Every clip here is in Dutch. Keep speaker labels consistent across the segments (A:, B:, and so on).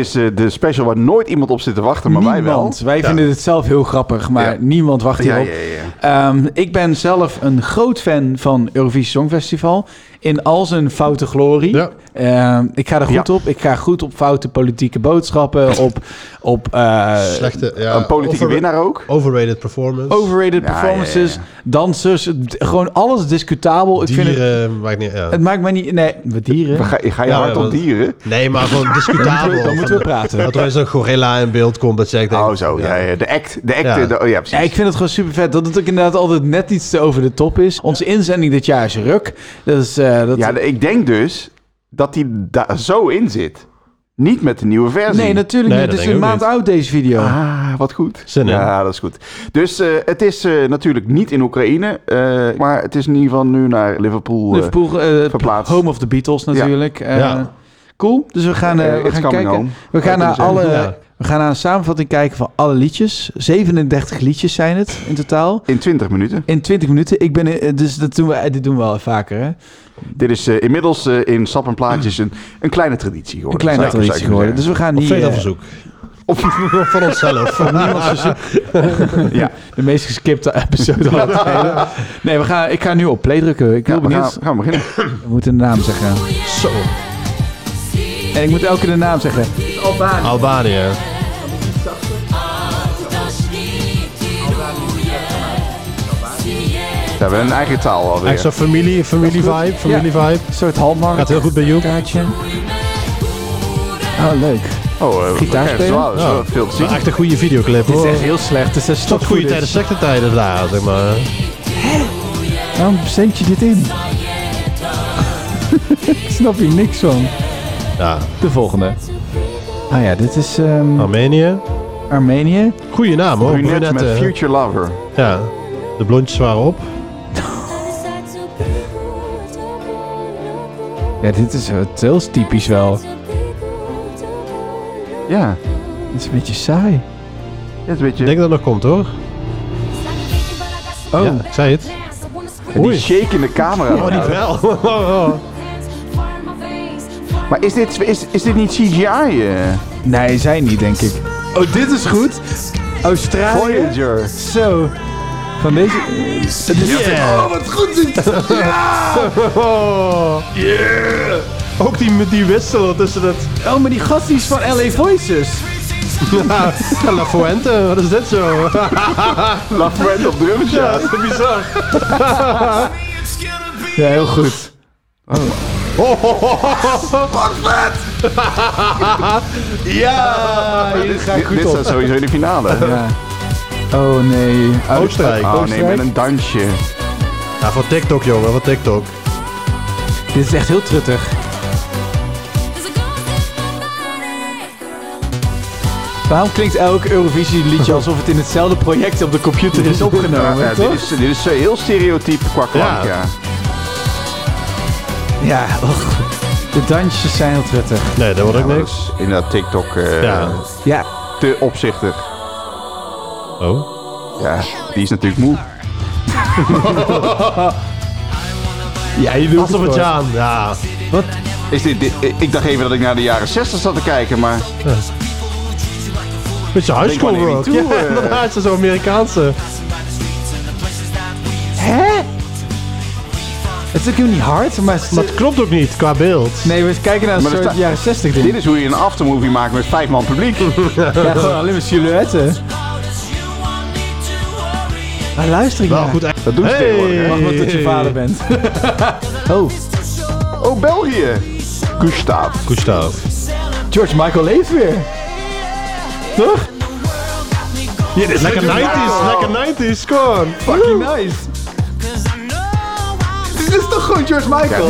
A: is de special waar nooit iemand op zit te wachten, maar wij wel.
B: Wij vinden het zelf heel grappig, maar niemand wacht hierop. Ja. Ik ben zelf een groot fan van Eurovisie Songfestival. In al zijn foute glorie. Ja. Ik ga er goed op. Ik ga goed op foute politieke boodschappen. Op
C: slechte,
A: een politieke winnaar ook.
C: Overrated performance.
B: Overrated performances. Dansers. Gewoon alles discutabel.
C: Dieren. Maakt niet,
B: het maakt mij niet... Nee, wat dieren?
A: Ga je hard op dieren?
C: Nee, maar gewoon discutabel.
B: Dan moeten we praten.
C: Dat er eens een gorilla in beeld komt. Dat zegt,
A: oh, zo. Ja. De act. Precies.
B: Ja, ik vind het gewoon super vet. Dat het ook inderdaad altijd net iets te over de top is. Onze inzending dit jaar is ruk. Dat is...
A: ik denk dus dat hij daar zo in zit. Niet met de nieuwe versie.
B: Nee, natuurlijk niet. Het is een maand oud, deze video.
A: Ah, wat goed. Ja, dat is goed. Dus het is natuurlijk niet in Oekraïne. Maar het is in ieder geval nu naar Liverpool verplaatst.
B: Home of the Beatles natuurlijk. Ja. Cool. Dus we gaan kijken.
A: Home.
B: We gaan naar We gaan naar een samenvatting kijken van alle liedjes. 37 liedjes zijn het in totaal.
A: In 20 minuten.
B: In 20 minuten. Dit doen we wel vaker, hè?
A: Dit is inmiddels in Sap en Plaatjes een kleine traditie geworden.
B: Een kleine traditie geworden. Dus we gaan
C: niet... Op veel verzoek. Van onszelf.
B: Van niemands verzoek. Ja, de meest geskipte episode. Nee, ik ga nu op play drukken. Ik wil benieuwd.
A: Gaan we beginnen.
B: We moeten de naam zeggen.
C: Zo.
B: En ik moet elke keer de naam zeggen.
C: Albanië.
A: We hebben een eigen taal alweer.
C: Echt zo'n familie vibe.
B: Een soort Hallmark.
C: Gaat heel goed bij Joep.
B: Kaartje. Oh, leuk. Gitaar spelen.
A: Veel te zien.
C: Echt een goede videoclip, hoor.
B: Het is echt heel slecht. Het is
C: toch goede tijdens sectetijden daar, zeg maar.
B: Hè? Waarom zend je dit in? Ik snap hier niks van.
C: Ja.
B: De volgende. Ah ja, dit is... Armenië.
C: Goeie naam, hoor.
A: Brunette met Future Lover.
C: Ja. De blondjes waren op.
B: Ja, dit is heel typisch wel.
A: Ja.
B: Het is een beetje saai.
A: Ja, het is een beetje...
C: Ik denk dat het nog komt, hoor.
B: Oh.
C: Ja, ik zei het.
A: En die shake in de camera.
C: Oh, niet wel.
A: Maar is dit niet CGI?
B: Nee, zij niet, denk ik. Oh, dit is goed. Australië.
A: Voyager.
B: Zo. Van deze...
A: Oh, wat goed. Ja!
C: Yeah! Ook die wissel tussen dat...
B: Oh, maar die gast die is van LA Voices.
C: La Fuente, wat is dit zo?
A: La Fuente op drums, ja.
C: Dat is bizar.
B: Ja, heel goed.
A: Wat vet!
B: Ja!
A: Dit staat sowieso in de finale.
B: Ja. Oh nee.
C: Oostenrijk.
A: Oh nee, met een dansje.
C: Ja, voor TikTok, jongen, voor TikTok.
B: Dit is echt heel truttig. Waarom klinkt elk Eurovisie liedje alsof het in hetzelfde project op de computer is opgenomen?
A: Ja, dit is heel stereotyp qua klank,
B: Ja, de dansjes zijn heel truttig.
C: Nee, dat wordt ook niks.
A: In dat TikTok
B: ja.
A: Te opzichtig.
C: Oh?
A: Ja, die is natuurlijk moe.
B: Ja, je doet
C: Azerbeidzjan, ja.
B: Wat?
A: Is dit, ik dacht even dat ik naar de jaren 60 zat te kijken, maar...
C: Ja. Beetje high school rock. Ja, inderdaad, het is zo Amerikaanse.
B: Hè? Het is ook helemaal niet hard, maar
C: het klopt ook niet qua beeld.
B: Nee, we kijken naar een soort jaren 60 ding.
A: Dit is hoe je een aftermovie maakt met 5 man publiek.
B: Ja, gewoon alleen maar silhouetten. Maar luister ik naar.
C: Goed,
A: dat doet ze tegenwoordig.
B: Wacht maar tot je vader bent.
A: Oh, België. Gustav.
B: George Michael leeft weer. Toch?
C: Ja, dit is lekker 90s, come on.
B: Fucking nice. Dit is toch gewoon George Michael?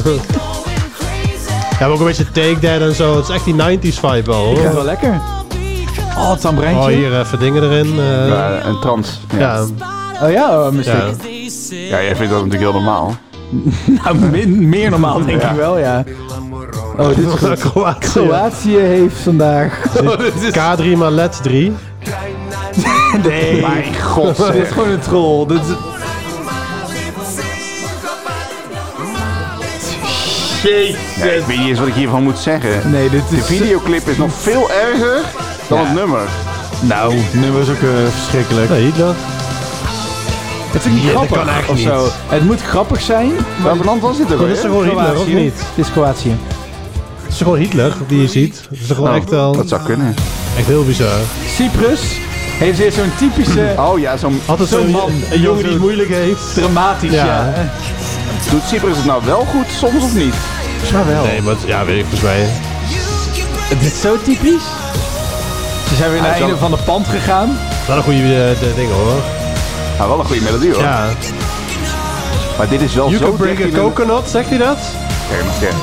C: Ja, maar ook een beetje Take That en zo. Het is echt die 90s vibe wel, hoor.
B: Ik vind het wel lekker. Oh, het tambreintje.
C: Oh, hier even dingen erin.
A: Ja, een trans.
C: Ja.
B: Oh ja, mistake.
A: Ja, jij vindt dat natuurlijk heel normaal.
B: Nou, meer normaal denk ik wel, ja. Oh, dit is goed. Kroatië heeft vandaag...
C: K3 maar LED 3.
B: Nee.
A: Mijn god.
B: Dit is gewoon een troll. Dit is...
C: Jezus.
A: Ja, ik weet niet eens wat ik hiervan moet zeggen.
B: Nee, dit is...
A: De videoclip is nog veel erger dan het nummer.
B: Nou, het nummer is ook verschrikkelijk.
C: Nee, Hitler.
B: Het is niet grappig
C: kan echt
B: of zo.
C: niet.
B: Het moet grappig zijn.
A: Welk land was dit ook?
C: Dat is toch gewoon Hitler, of niet?
B: Dit is Kroatië.
C: Het is toch gewoon Hitler die je ziet? Het is toch gewoon echt wel...
A: Dat zou kunnen.
C: Echt heel bizar.
B: Cyprus heeft weer zo'n typische...
A: Oh ja, zo'n...
C: Altijd zo'n man, een jongen die het moeilijk heeft.
B: Dramatisch, ja.
A: Doet Cyprus het nou wel goed soms of niet?
B: Maar wel.
C: Nee, maar ja, weet ik volgens mij.
B: Het is zo typisch. Ze zijn weer naar een van de pand gegaan.
C: Wel een goede ding hoor.
A: Nou, wel een goede melodie hoor.
C: Ja.
A: Maar dit is wel
C: You
A: zo...
C: can break a coconut, zegt hij dat?
A: Kijk nog een keer.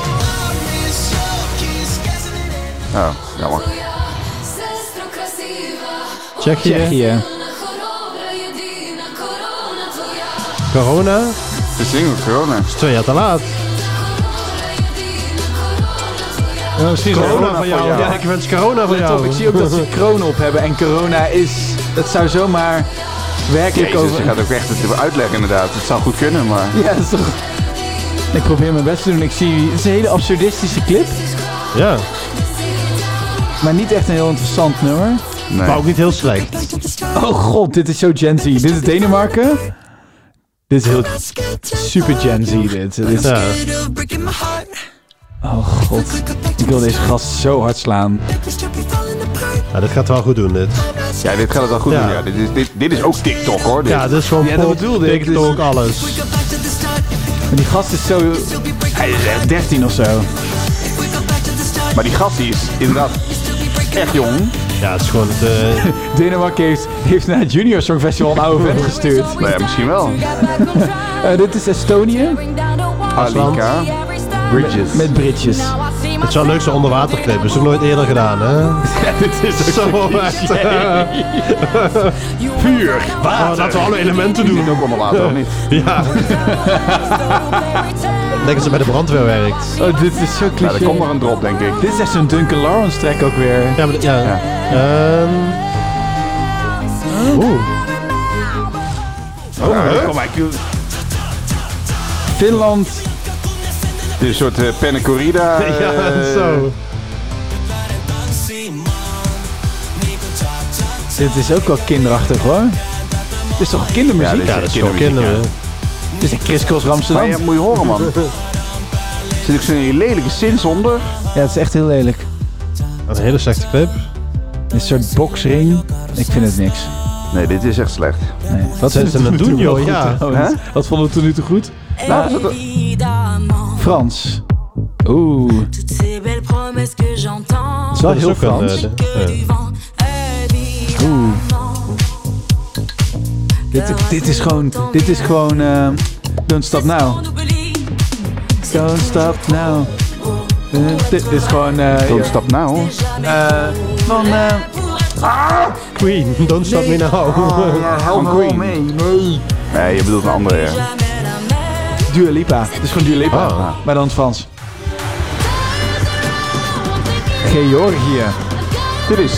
A: Oh, jammer.
B: Tsjechië.
C: Corona?
A: De single Corona.
C: Dat is 2 jaar te laat.
B: Ja, misschien
C: Corona van jou. Ja, ik wens corona van jou.
B: Ik zie ook dat ze kronen op hebben. En corona is... Het zou zomaar werkelijk
A: Jezus,
B: over...
A: je gaat ook echt het uitleggen inderdaad. Het zou goed kunnen, maar...
B: Ja, dat is toch... Ik probeer mijn best te doen. Ik zie... Het is een hele absurdistische clip.
C: Ja.
B: Maar niet echt een heel interessant nummer.
A: Nee.
C: Maar ook niet heel slecht.
B: Oh god, dit is zo Gen Z. Dit is Denemarken. Dit is heel super Gen Z dit.
C: Ja.
B: Oh god. Ik wil deze gast zo hard slaan.
C: Ja, dit gaat wel goed doen, dit.
A: Ja, dit gaat het wel goed doen. Ja. Dit is ook TikTok hoor. Dit.
C: Ja, dit is gewoon
B: Ja, dat bedoelde ik.
C: TikTok, alles.
B: Maar die gast is zo... Hij is echt 13 of zo.
A: Maar die gast die is inderdaad echt jong.
C: Ja, het is gewoon het...
B: Denemarken heeft naar het Junior Songfestival een oude vent gestuurd.
A: Nou ja, misschien wel.
B: Dit is Estonië.
A: Alika. Bridges.
B: Met Bridges.
C: Het is wel leuk zo'n onderwaterclip. Dat is toch nooit eerder gedaan, hè?
B: Ja, dit is
C: Zo echt.
A: Vuur.
C: Water. Laten we alle elementen doen.
A: Niet ook onder water, of niet?
C: Ja. Denk dat ze bij de brandweer werkt.
B: Oh, dit is zo cliché.
A: Nou, er komt nog een drop, denk ik.
B: Dit is echt zo'n Duncan Lawrence track ook weer.
C: Ja, maar... Ja. Oeh.
A: Kom maar,
B: Finland.
A: dit is een soort Penne Corrida.
C: Ja, zo.
B: Dit is ook wel kinderachtig hoor. Dit is toch kindermuziek?
C: Ja, dat is gewoon kinderen.
B: Dit is een Chris Cross Amsterdam.
A: Maar ja, moet je horen, man. Zit ook zo'n lelijke zin onder.
B: Ja, het is echt heel lelijk.
C: Een hele slechte clip.
B: Een soort boxring. Ik vind het niks.
A: Nee, dit is echt slecht.
B: Nee. Wat
C: zijn ze aan het doen, joh? Ja.
B: Wat vonden we tot nu toe goed?
A: Nou, dat
B: Frans. Oeh. Het is wel heel Frans. Oeh. Dit is gewoon Don't Stop Now. Don't Stop Now. Dit is gewoon...
A: Don't Stop Now.
B: Van...
C: Queen, Don't Stop Me Now.
A: Van Queen. Nee, je bedoelt een andere, ja.
B: Dua Lipa. Het is gewoon Dua Lipa. Maar dan het Frans. Georgië.
A: Dit is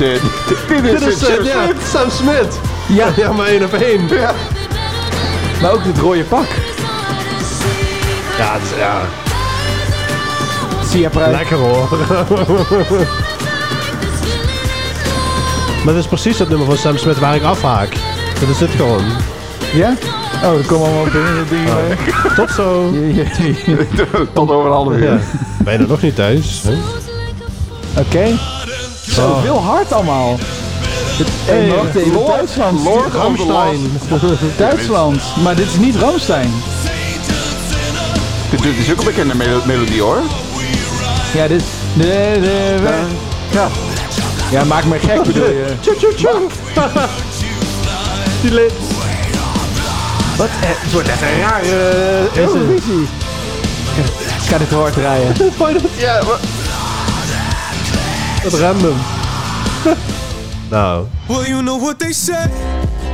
C: Sam Smith.
B: Ja.
C: Ja, maar 1 op 1.
A: Ja.
B: Maar ook het rode pak.
C: Ja, het is, ja.
B: Sia Pruik.
C: Lekker hoor. Maar dit is precies het nummer van Sam Smith waar ik afhaak. Dat is dit gewoon.
B: Ja? Oh, er komen allemaal binnen dingen bij.
C: Tot zo.
A: Tot over een half uur.
C: Ja. Ben je er nog niet thuis? Huh?
B: Oké. Zo veel hard allemaal. Hey, wacht even. Duitsland.
C: Rammstein.
B: Duitsland. Maar dit is niet Rammstein.
A: Dit is ook een bekende melodie hoor.
B: Ja, dit is...
A: Ja.
B: Ja, maak me gek bedoel je.
C: Die lid.
B: Wat? Het wordt echt een rare Eurovisie. Ik ga dit hard draaien.
A: Ja, maar...
C: Wat random. Nou.
D: Well, you know what they say.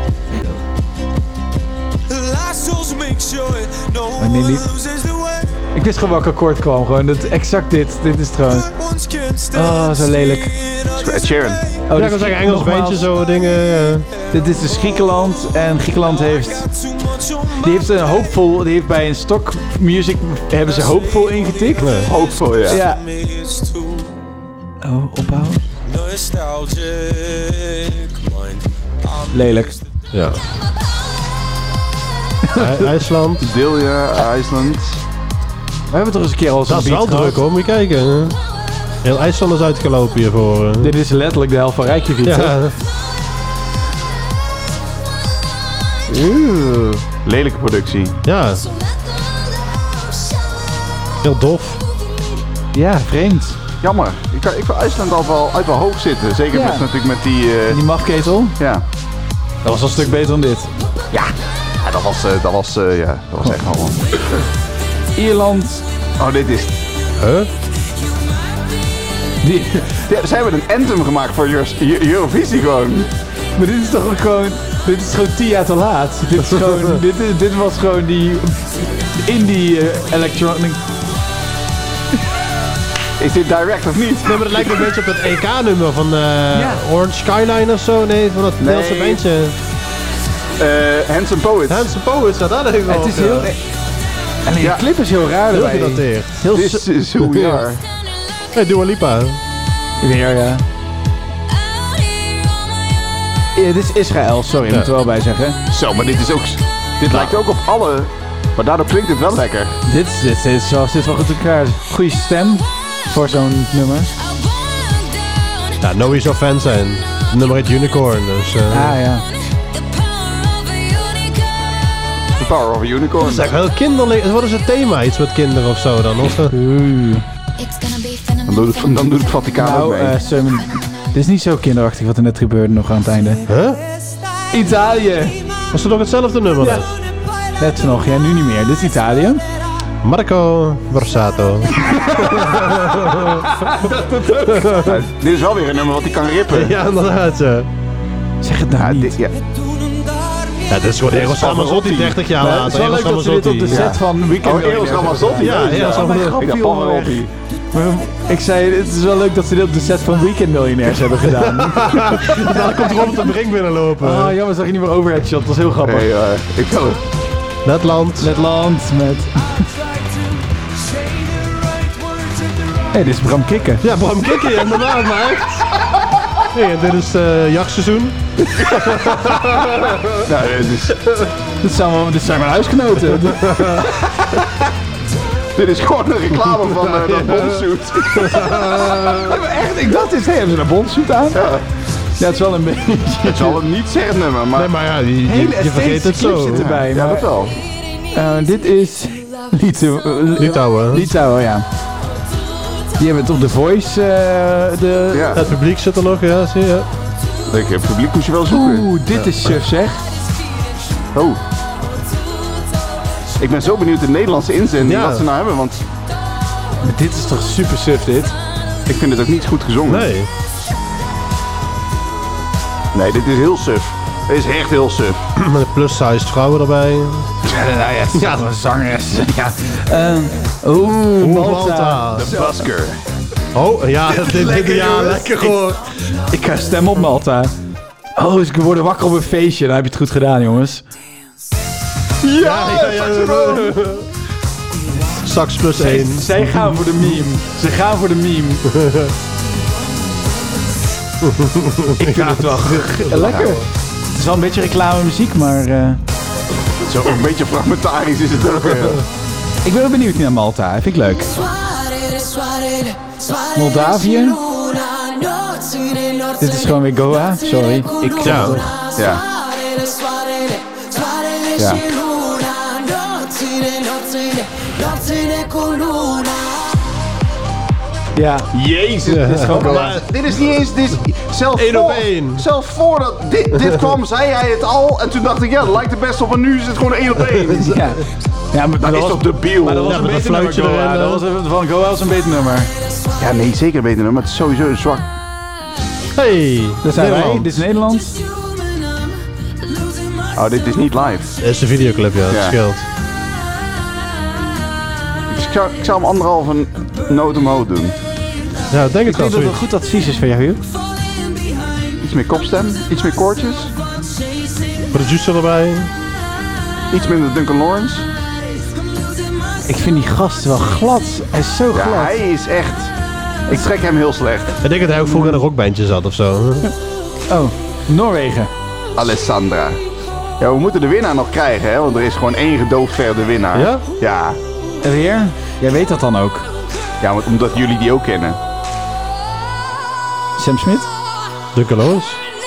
D: Lost souls make sure no one loses the way.
B: Ik wist gewoon welk akkoord kwam. Gewoon exact dit. Dit is het gewoon. Oh, zo lelijk.
A: Ed Sheeran.
C: Oh, ja, ik kan zeggen Engels bandje, zo dingen.
B: Dit is dus Griekenland. En Griekenland heeft... Die heeft een hoopvol... Die heeft bij een stock music... Hebben ze hoopvol ingetikt.
A: Nee. Hoopvol, ja.
B: Ja. Oh, ophouden. Lelijk.
C: Ja. IJsland.
A: Dilja, IJsland.
B: We hebben toch eens een keer al zo'n
C: beat gehad. Dat is wel druk hoor, moet je kijken. Heel IJsland is uitgelopen hiervoor.
B: Dit is letterlijk de helft van Reykjavik.
C: Ja.
A: Lelijke productie.
C: Ja. Heel dof.
B: Ja, vreemd.
A: Jammer. Ik wil IJsland uit wel hoog zitten. Zeker met, natuurlijk met die...
B: Die mafketel?
A: Ja.
B: Dat was al een stuk beter dan dit.
A: Ja. Dat was echt allemaal.
B: Ierland.
A: Oh, dit is...
C: Huh?
A: Ze hebben een anthem gemaakt voor Eurovisie gewoon.
B: Maar dit is toch gewoon... Dit is gewoon 10 jaar te laat. Dit is gewoon... dit was gewoon die... Indie electronic...
A: Is dit direct of niet?
C: Nee, maar het lijkt een beetje op het EK-nummer van Orange Skyline of zo. Nee, van dat Nederlandse bandje.
A: Handsome Poets.
C: Handsome Poets, dat had ik wel.
B: Het is heel... Alleen de clip is heel raar.
C: Heel gedateerd.
A: This is who we are.
C: Hey, Dua Lipa.
B: Weer, ja. Dit is Israël, sorry, moet er wel bij zeggen.
A: Zo, maar dit is ook... Dit lijkt ook op alle... Maar daardoor klinkt het wel lekker.
B: Dit is wel goed in elkaar. Goeie stem voor zo'n nummer.
C: Ja, No Ease of Fan zijn. Het nummer heet Unicorn, dus...
B: ja.
A: The Power of a Unicorn.
C: Dat is echt heel kinderlijk. Wat is het thema? Iets met kinderen of zo dan? Of,
A: Dan doet het Vaticaan ook mee.
B: Dit is niet zo kinderachtig wat er net gebeurde nog aan het einde.
C: Huh?
B: Italië.
C: Was het nog hetzelfde nummer net?
B: Net nog, ja, nu niet meer. Dit is Italië.
C: Marco Borsato.
A: Dit is wel weer een nummer wat hij kan rippen.
C: Ja, inderdaad.
B: Zeg het nou niet.
C: Ja, dit is gewoon Eros Ramazzotti 30 jaar later.
B: Het is wel leuk dat ze dit op de set van Weekend
A: Eros Ramazzotti?
C: Ja, Eros
A: Ramazzotti.
B: Ik zei, het is wel leuk dat ze dit op de set van Weekend Miljonairs hebben gedaan.
C: Dan komt Robert de Brink binnenlopen.
B: Ah, jammer, zag je niet meer overhead shot. Dat was heel grappig.
A: Ik wil het.
C: Letland met...
B: Hey, dit is Bram Kikken.
C: Ja, Bram Kikken, inderdaad, maar echt. Hey, dit is jachtseizoen.
A: Nou,
B: dit zijn mijn huisgenoten.
A: Dit is gewoon een reclame van dat Bondsuit.
B: Echt, ik dacht, hebben ze een Bondsuit aan? Ja, het is wel een beetje...
A: Het is wel een niet zeggend nummer, maar...
C: Nee, maar ja, je vergeet het zo.
B: Zit erbij,
A: ja, dat wel.
B: Dit is... Litouwen, ja. Die hebben het op The Voice...
C: Het publiek zit er nog, ja, zie je.
A: Het publiek moest je wel zoeken.
B: Dit is suf, zeg.
A: Oh. Ik ben zo benieuwd de Nederlandse inzending wat ze nou hebben, want...
B: Maar dit is toch super suf, dit?
A: Ik vind het ook niet goed gezongen. Nee, dit is heel suf. Dit is echt heel suf.
C: Met plus-sized vrouwen erbij.
B: Ja, dat is een zangeres. Ja.
C: Malta.
A: De Busker.
C: Oh, ja, lekker hoor.
B: Ik ga stemmen op Malta. Oh, dus ik word wakker op een feestje. Dan heb je het goed gedaan, jongens.
A: Ja.
C: Sax plus 1.
B: Zij gaan voor de meme. Ze gaan voor de meme. Ik vind het wel lekker. Het is wel een beetje reclame muziek, maar...
A: Zo een beetje fragmentarisch is het ook.
B: Ik ben wel benieuwd naar Malta. Vind ik leuk. Moldavië. Dit is gewoon weer Goa. Sorry.
A: Ja.
B: Ja.
A: Jezus.
B: Dit is gewoon Goa.
A: Dit is niet eens... Zelfs voordat dit kwam, zei hij het al. En toen dacht ik, ja, dat lijkt het best op. En nu is het gewoon 1 op 1.
B: Ja. Ja, maar
A: dat is toch debiel?
B: Maar dat was een beter nummer, Goa. Dat was van Goa was een beter nummer.
A: Ja, nee, zeker een beter nummer. Maar het is sowieso een zwak.
C: Hey,
B: daar zijn wij. Dit is Nederland.
A: Oh, dit is niet live.
C: Dit is de videoclip, ja. Dat scheelt.
A: ik zou hem 1,5 noot omhoog doen.
C: Ja, denk
B: ik denk dat het een goed advies is van jou, Hugh.
A: Iets meer kopstem, iets meer koortjes.
C: Producer erbij.
A: Iets minder Duncan Lawrence.
B: Ik vind die gast wel glad. Hij is zo glad.
A: Ja, hij is echt... Ik trek hem heel slecht.
C: Ik denk dat hij ook vroeger in een rockbandje zat of zo.
B: Oh, Noorwegen.
A: Alessandra. Ja, we moeten de winnaar nog krijgen, hè? Want er is gewoon 1 gedoodverde winnaar.
C: Ja?
A: Ja.
B: En weer? Jij weet dat dan ook.
A: Ja, omdat jullie die ook kennen.
B: Sam Smith?
C: Duncan Lawrence.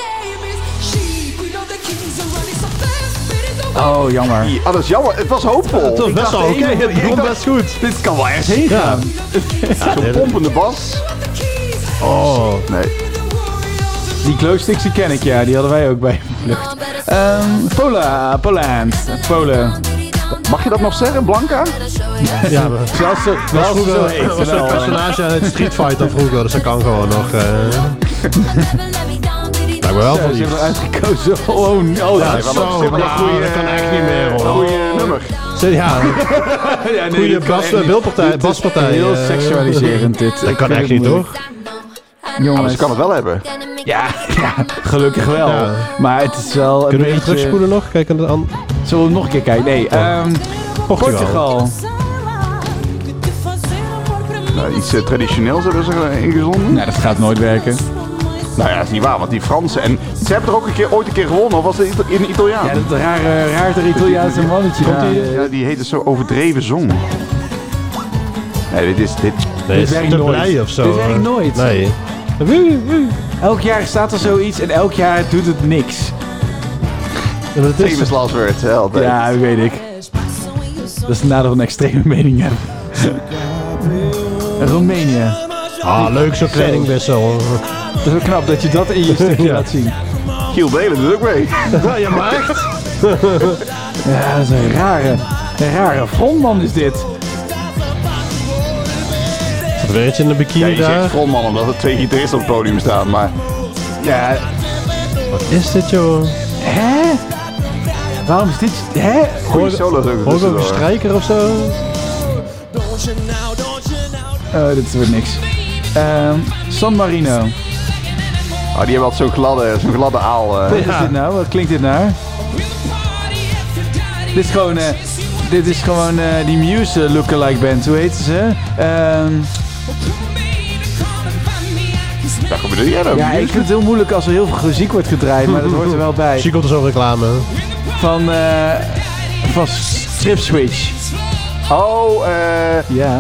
B: Oh, jammer.
A: Oh, dat is jammer. Het was hoopvol.
C: Het was best wel oké. Het begon best goed.
A: Dit kan wel ergens heen gaan. Zo'n pompende bas.
C: Oh.
A: Nee.
B: Die glowsticks die ken ik, ja. Die hadden wij ook bij Vlucht. Polen.
A: Mag je dat nog zeggen, Blanca?
C: Ja, maar...
B: Zoals ze zo heet.
C: Dat was een personage uit Street Fighter vroeger, dus dat kan gewoon nog... Lijkt me wel van
B: Ze
C: iets.
B: hebben uitgekozen. Oh,
C: Ja,
B: dat is
C: zo.
B: zo.
C: Dat kan echt niet meer, hoor.
A: Goeie nummer.
C: Ja,
B: Ja, nee,
C: goede
B: dit kan echt niet.
C: beeldpartij, baspartij.
B: Heel seksualiserend dit.
C: Dat
B: Ik
C: kan
B: vind
C: echt
B: het
C: niet,
B: moeilijk.
C: toch?
A: Maar
B: Jongens.
A: ze kan het wel hebben.
B: Ja, gelukkig wel.
C: Ja.
B: Maar het is wel een
C: Kunnen we even
B: beetje...
C: terugspoelen nog? Kijken naar de andere...
B: Zullen we nog een keer kijken? Nee, Portugal.
A: Nou, iets traditioneels hebben ze ingezonden.
B: Nou, dat gaat nooit werken.
A: Nou ja, dat is niet waar, want die Fransen... En ze hebben er ook ooit een keer gewonnen, of was het in een Italiaan?
B: Ja, dat raar Italiaanse mannetje.
A: Ja, die heette zo overdreven zong. Nee, dit
C: Nee,
B: Dit
C: is
B: werkt
C: te
B: nooit.
C: blij of zo.
B: Dit werkt nooit.
C: Nee.
B: Elk jaar staat er zoiets en elk jaar doet het niks.
C: Ja, maar het is...
A: famous last word, hè, altijd.
B: Ja, dat weet ik. Dat is het nadeel van een extreme mening hebben. Roemenië.
C: Ah, leuk zo'n kledingwissel.
B: Dat is wel knap dat je dat in je stukje laat zien.
A: Giel Belen doet ook mee.
C: Ja, maar echt?
B: Ja, dat is een rare frontman is dit.
C: Zat er weer eentje in de
A: Ja,
C: bikini
A: je zegt
C: daar?
A: frontman omdat er 2 gitaristen op het podium staan, maar...
B: Ja,
C: Wat is dit, joh?
B: hè? Waarom is dit... Hè?
A: Goeie solo's ook
C: Hoor ik ook een
A: tussendoor.
C: strijker of zo?
B: Dit wordt niks. San Marino.
A: Oh, die hebben altijd zo'n gladde aal.
B: Wat is dit nou? Wat klinkt dit naar? Dit is gewoon die Muse lookalike band. Hoe heet ze?
A: Ja, wat bedoel jij nou?
B: Ja, ik vind het heel moeilijk als er heel veel muziek wordt gedraaid, maar dat hoort er wel bij.
C: Misschien komt er zo'n reclame.
B: Van Strip Switch.
A: Oh,
B: Ja.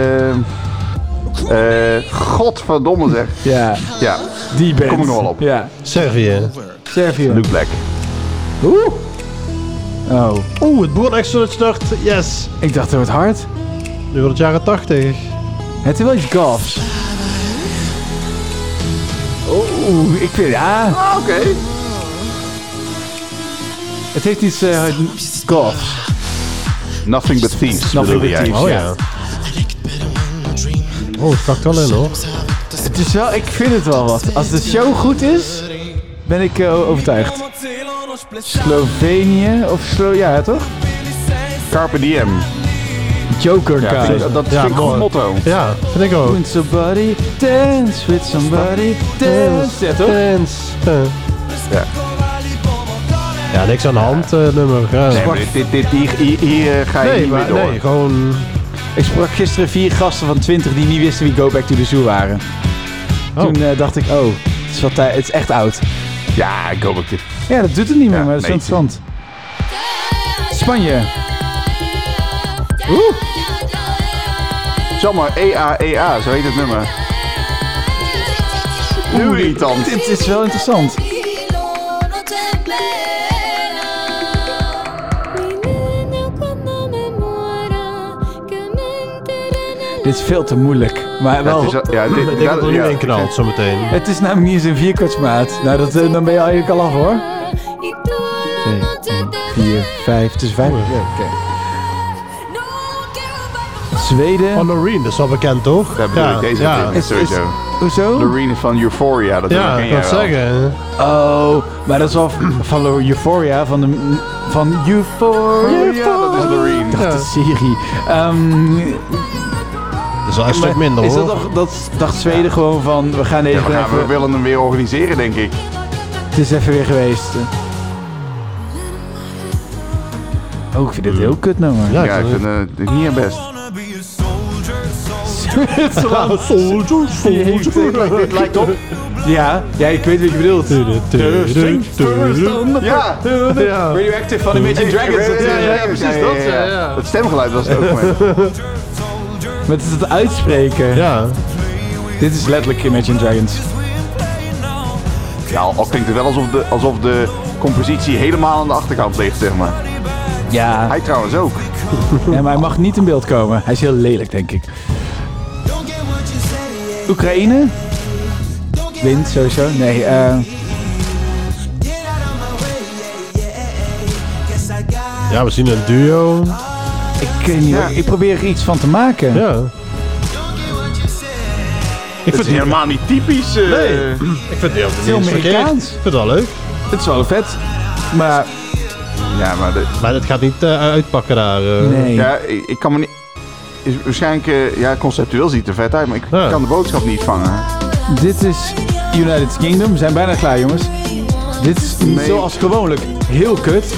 A: godverdomme zeg.
B: Ja,
A: Ja,
B: die band.
A: kom ik nog wel op.
B: Ja,
C: Servië.
B: Servië.
A: Luke Black.
B: Oeh. Oh,
C: Oeh, het boerenextra start. Yes.
B: ik dacht het wordt hard.
C: Nu wordt het jaren 80.
B: Het is wel iets golfs. Oeh, ik vind ja.
A: Ah, oké.
B: Het heeft iets golfs.
A: Nothing but thieves.
B: Nothing
A: bedoelde
B: but
A: jij.
B: thieves.
C: Oh
B: Ja.
C: ja. Oh, het pakt wel in, hoor.
B: Het is wel, ik vind het wel wat. Als de show goed is, ben ik overtuigd. Slovenië of ja toch?
A: Carpe diem.
B: Joker
A: Ja,
B: guy.
A: dat
C: Ja,
A: vind ik een goed
C: mooi.
A: motto.
C: Ja, vind ik ook.
B: When somebody dance with somebody dance. Ja toch?
C: Dance.
A: Ja.
C: Ja, niks aan de hand, nummer. Ja.
A: Nee, maar hier ga je
C: Nee,
A: niet
C: maar
A: mee door.
C: nee, gewoon...
B: Ik sprak gisteren 4 gasten van 20 die niet wisten wie Go Back to the Zoo waren.
C: Oh.
B: Toen dacht ik, oh, het is, het is echt oud.
A: Ja, go back to...
B: Ja, dat doet het niet meer,
A: Ja,
B: maar dat is
A: nee,
B: interessant. Spanje.
A: Zeg maar, EA, zo heet het nummer. Heel irritant.
B: Dit is wel interessant. Dit is veel te moeilijk. Maar wel,
A: Het is, ja,
C: Ik denk dat er nu
A: ja.
C: één knalt, zometeen.
B: het is namelijk niet eens een vierkwartsmaat. Nou, dan ben je eigenlijk al af hoor. 2, 3, 4, 5. Het is 5. Oké. Zweden.
C: Oh, Loreen, dat is wel bekend, toch?
A: Dat bedoel ik, deze
C: ja.
A: is sowieso.
B: Hoezo?
A: Loreen van Euphoria. Dat
C: Ja, ik kan zeggen.
B: Oh, maar dat is wel van Euphoria, van Euphoria.
A: Ja, dat is Loreen.
B: Ik dacht de serie.
C: Dat is wel een stuk minder,
B: is
C: hoor.
B: dat dacht Zweden gewoon van, we gaan deze
A: We willen hem weer organiseren, denk ik.
B: Het is even weer geweest. Oh, ik vind dit heel kut nummer.
A: Ja, ik vind het niet het best. Dit lijkt op.
B: Ja, ik weet wat je bedoelt.
A: Ja.
B: Radioactive van Imagine Dragons.
C: Ja, precies dat. Ja.
A: Het stemgeluid was het ook.
B: Met het uitspreken.
C: Ja.
B: Dit is letterlijk Imagine Dragons.
A: Ja, al klinkt het wel alsof de compositie helemaal aan de achterkant ligt, zeg maar.
B: Ja.
A: Hij trouwens ook.
B: Ja, maar hij mag niet in beeld komen. Hij is heel lelijk, denk ik. Oekraïne? Wint sowieso. Nee,
C: Ja, we zien een duo.
B: ik weet niet.
A: Ja.
B: Ik probeer er iets van te maken.
C: Ja.
A: Ik vind het helemaal niet typisch.
C: Nee. Ik vind het
B: Heel Amerikaans.
C: Ik vind het wel leuk.
B: Het is wel vet. Maar
A: Ja, maar...
C: Maar het gaat niet uitpakken daar.
B: nee.
A: Ja, ik kan me niet... Is waarschijnlijk... ja, conceptueel ziet het er vet uit, maar ik kan de boodschap niet vangen.
B: Dit is United Kingdom. We zijn bijna klaar, jongens. Dit is zoals gewoonlijk heel kut.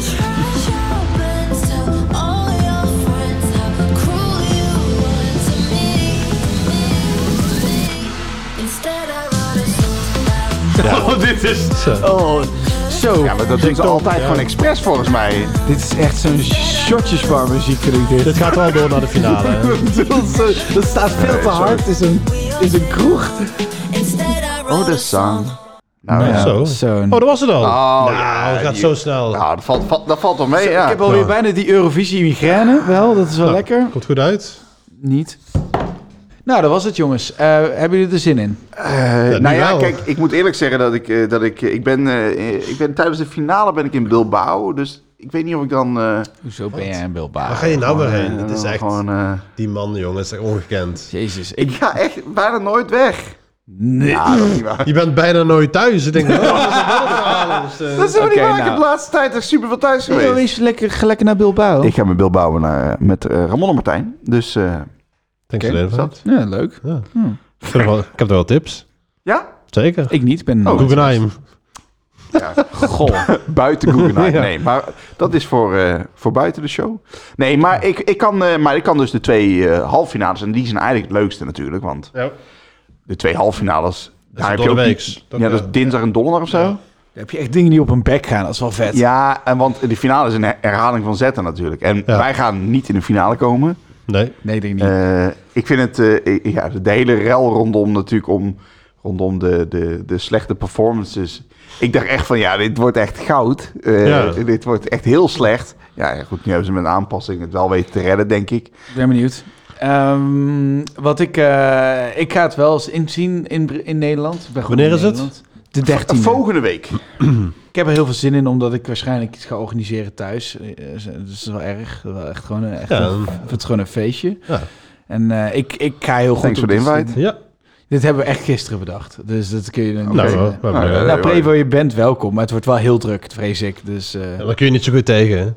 C: Ja.
A: Oh, dit is...
B: Oh, zo.
A: Ja, maar dat doen ze altijd gewoon expres volgens mij.
B: Dit is echt zo'n shotjesbar muziek, vind ik dit.
C: Dit gaat wel door naar de finale. Hè?
B: Dat staat veel te hard. Het is een kroeg.
A: Oh, de song. Nou
B: Ja,
C: Zo.
B: zo'n-
C: Oh, dat was het al.
A: Oh,
C: nou,
A: ja,
C: het gaat
A: die-
C: zo snel.
A: Nou, dat valt wel mee, ja.
B: Ik heb alweer bijna die Eurovisie migraine. Wel, dat is wel lekker.
C: Komt goed uit.
B: Niet. Nou, dat was het, jongens. Hebben jullie er zin in?
A: Nou ja,
C: wel.
A: kijk, ik moet eerlijk zeggen dat ik ben tijdens de finale ben ik in Bilbao, dus ik weet niet of ik dan...
B: Hoezo ben jij in Bilbao?
C: Waar ga je nou weer heen? Het is
A: dan
C: echt...
A: gewoon,
C: Die man, jongen, is echt ongekend.
B: Jezus,
A: ik ga echt bijna nooit weg.
B: Nee.
A: Ja, dat is niet waar.
C: Je bent bijna nooit thuis. Ik denk, dat is wel te halen. Dus,
A: Dat is helemaal niet
B: Oké,
A: waar. Ik heb
B: nou.
A: de laatste tijd echt super veel thuis
B: Ben je wel
A: geweest.
B: eens lekker naar Bilbao?
A: Ik ga met Bilbao met Ramon en Martijn. Dus
C: Thanks
B: Oké,
C: voor de invite.
A: dat.
B: Ja, leuk.
C: Ja. Ik heb er wel tips.
A: Ja?
C: Zeker.
B: Ik niet, ben...
C: Guggenheim.
A: Ja.
B: Goh.
A: Buiten Guggenheim.
C: Ja.
A: Nee, maar dat is voor buiten de show. Nee, maar ik kan dus de 2 halffinales. En die zijn eigenlijk het leukste natuurlijk. Want
C: Ja.
A: de 2 halffinales...
C: Dat is door de weeks.
A: Ja, dat is dinsdag en donderdag of zo.
C: Ja.
B: Dan heb je echt dingen die op een bek gaan. Dat is wel vet.
A: Ja, en want de finale is een herhaling van zetten natuurlijk. En wij gaan niet in de finale komen.
C: Nee.
B: Nee, ik denk niet.
A: Ik vind het... de hele rel rondom natuurlijk rondom de slechte performances. Ik dacht echt van, ja, dit wordt echt goud. Dit wordt echt heel slecht. Ja, goed, nu hebben ze met een aanpassing het wel weten te redden, denk ik.
B: Ik ben benieuwd. Ik ga het wel eens inzien in Nederland. Ik ben goed
C: Wanneer
B: in
C: is het?
B: Nederland. De 13e.
A: Volgende week.
B: Ik heb er heel veel zin in, omdat ik waarschijnlijk iets ga organiseren thuis. Dus dat is wel erg. Wel echt gewoon het is gewoon een feestje.
C: Ja.
B: En ik ga heel goed...
A: Thanks
B: op
A: voor de
B: dit
A: invite.
B: zien.
C: Ja.
B: Dit hebben we echt gisteren bedacht. Dus dat kun je...
C: Nou,
B: Nou, Prevo, je bent welkom. Maar het wordt wel heel druk, vrees ik. Dus,
C: dan kun je niet zo goed tegen. Hè?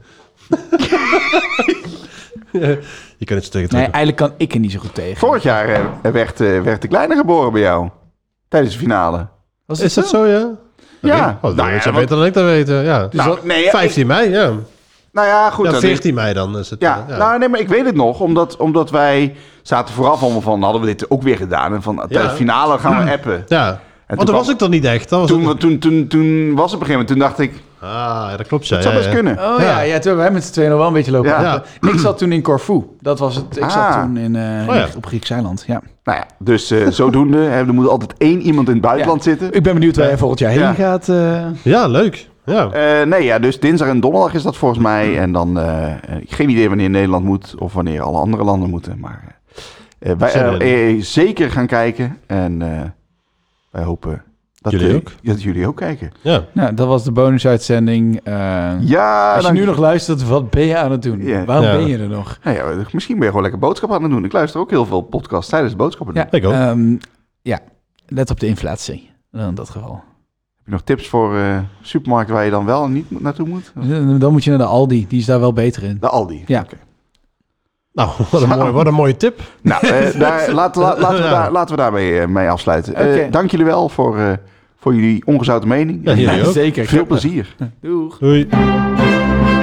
C: Je kan niet zo tegen
B: nee,
C: trekken.
B: eigenlijk kan ik er niet zo goed tegen.
A: Vorig jaar werd de kleine geboren bij jou. Tijdens de finale.
B: Was
C: Is dat zo, ja?
A: Ja.
C: Oh,
A: Nou ja,
C: weet je
A: want-
C: beter dan ik dat weten. Ja.
A: Nou, nee, ja,
C: 15 mei, ja.
A: nou ja, goed.
C: Ja,
A: dan-
C: 14 mei dan is het.
A: Ja, nou nee, maar ik weet het nog, omdat wij zaten vooraf allemaal van, hadden we dit ook weer gedaan. En van, tijdens de finale gaan we appen.
C: Ja.
A: En
C: Want toen was ik dan niet echt. Dan was
A: Toen
C: het...
A: was op een gegeven moment, toen dacht ik,
C: ja, dat klopt. Ja,
A: het zou best kunnen.
B: Oh ja, toen hebben wij met z'n tweeën nog wel een beetje lopen.
A: Ja.
B: Ja. Ik zat toen in Corfu. Dat was het. Ik zat toen
C: ja.
B: op Grieks eiland. Ja.
A: Nou ja, dus zodoende, er moet altijd 1 iemand in het buitenland zitten.
B: Ik ben benieuwd waar jij volgend jaar heen
A: Ja.
B: gaat.
C: Ja, leuk. Ja.
A: Dus dinsdag en donderdag is dat volgens mij. En dan, geen idee wanneer Nederland moet of wanneer alle andere landen moeten. Maar wij zeker gaan kijken. En wij hopen dat jullie ook kijken.
C: Ja.
B: Nou, dat was de bonusuitzending.
A: Ja,
B: Als je nu nog luistert, wat ben je aan het doen?
A: Ja.
B: Waarom
C: Ja.
B: ben je er nog?
A: nou ja, misschien ben je gewoon lekker boodschappen aan het doen. Ik luister ook heel veel podcasts tijdens het boodschappen doen.
B: Ja,
C: Ik ook.
B: ja. let op de inflatie. In dat geval.
A: Heb je nog tips voor supermarkt waar je dan wel en niet naartoe moet?
B: Dan moet je naar de Aldi. Die is daar wel beter in.
A: De Aldi?
B: Ja.
A: Okay.
C: Nou, wat een mooie tip.
A: Nou, laten we daarmee mee afsluiten. Okay. Dank jullie wel voor jullie ongezouten mening.
C: Ja, jullie ook.
B: Zeker.
A: Veel plezier.
B: Doeg.
C: Doei.